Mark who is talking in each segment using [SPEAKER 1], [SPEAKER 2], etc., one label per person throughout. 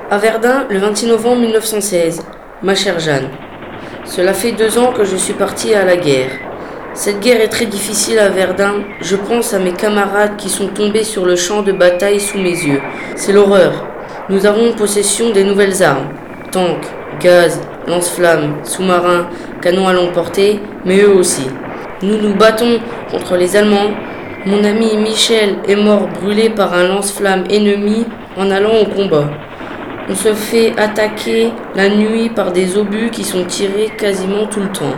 [SPEAKER 1] À Verdun, le 26 novembre 1916. Ma chère Jeanne, cela fait 2 ans que je suis partie à la guerre. Cette guerre est très difficile à Verdun. Je pense à mes camarades qui sont tombés sur le champ de bataille sous mes yeux. C'est l'horreur. Nous avons possession des nouvelles armes. Tanks, gaz, lance-flammes, sous-marins, canons à longue portée, mais eux aussi. Nous nous battons contre les Allemands. Mon ami Michel est mort brûlé par un lance-flamme ennemi en allant au combat. On se fait attaquer la nuit par des obus qui sont tirés quasiment tout le temps.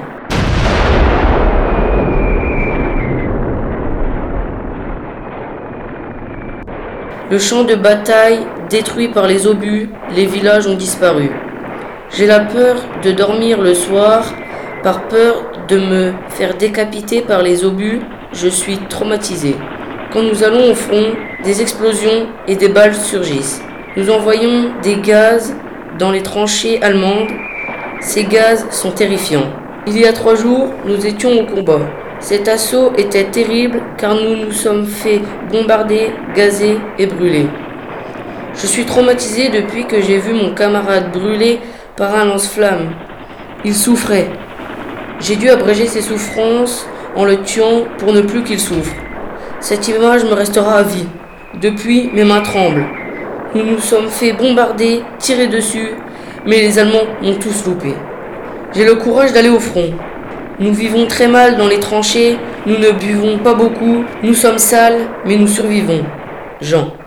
[SPEAKER 1] Le champ de bataille détruit par les obus, les villages ont disparu. J'ai la peur de dormir le soir, par peur de me faire décapiter par les obus, je suis traumatisé. Quand nous allons au front, des explosions et des balles surgissent. Nous envoyons des gaz dans les tranchées allemandes. Ces gaz sont terrifiants. Il y a 3 jours, nous étions au combat. Cet assaut était terrible car nous nous sommes fait bombarder, gazer et brûler. Je suis traumatisé depuis que j'ai vu mon camarade brûlé par un lance-flamme. Il souffrait. J'ai dû abréger ses souffrances en le tuant pour ne plus qu'il souffre. Cette image me restera à vie. Depuis, mes mains tremblent. Nous nous sommes fait bombarder, tirer dessus, mais les Allemands m'ont tous loupé. J'ai le courage d'aller au front. Nous vivons très mal dans les tranchées, nous ne buvons pas beaucoup, nous sommes sales, mais nous survivons. Jean.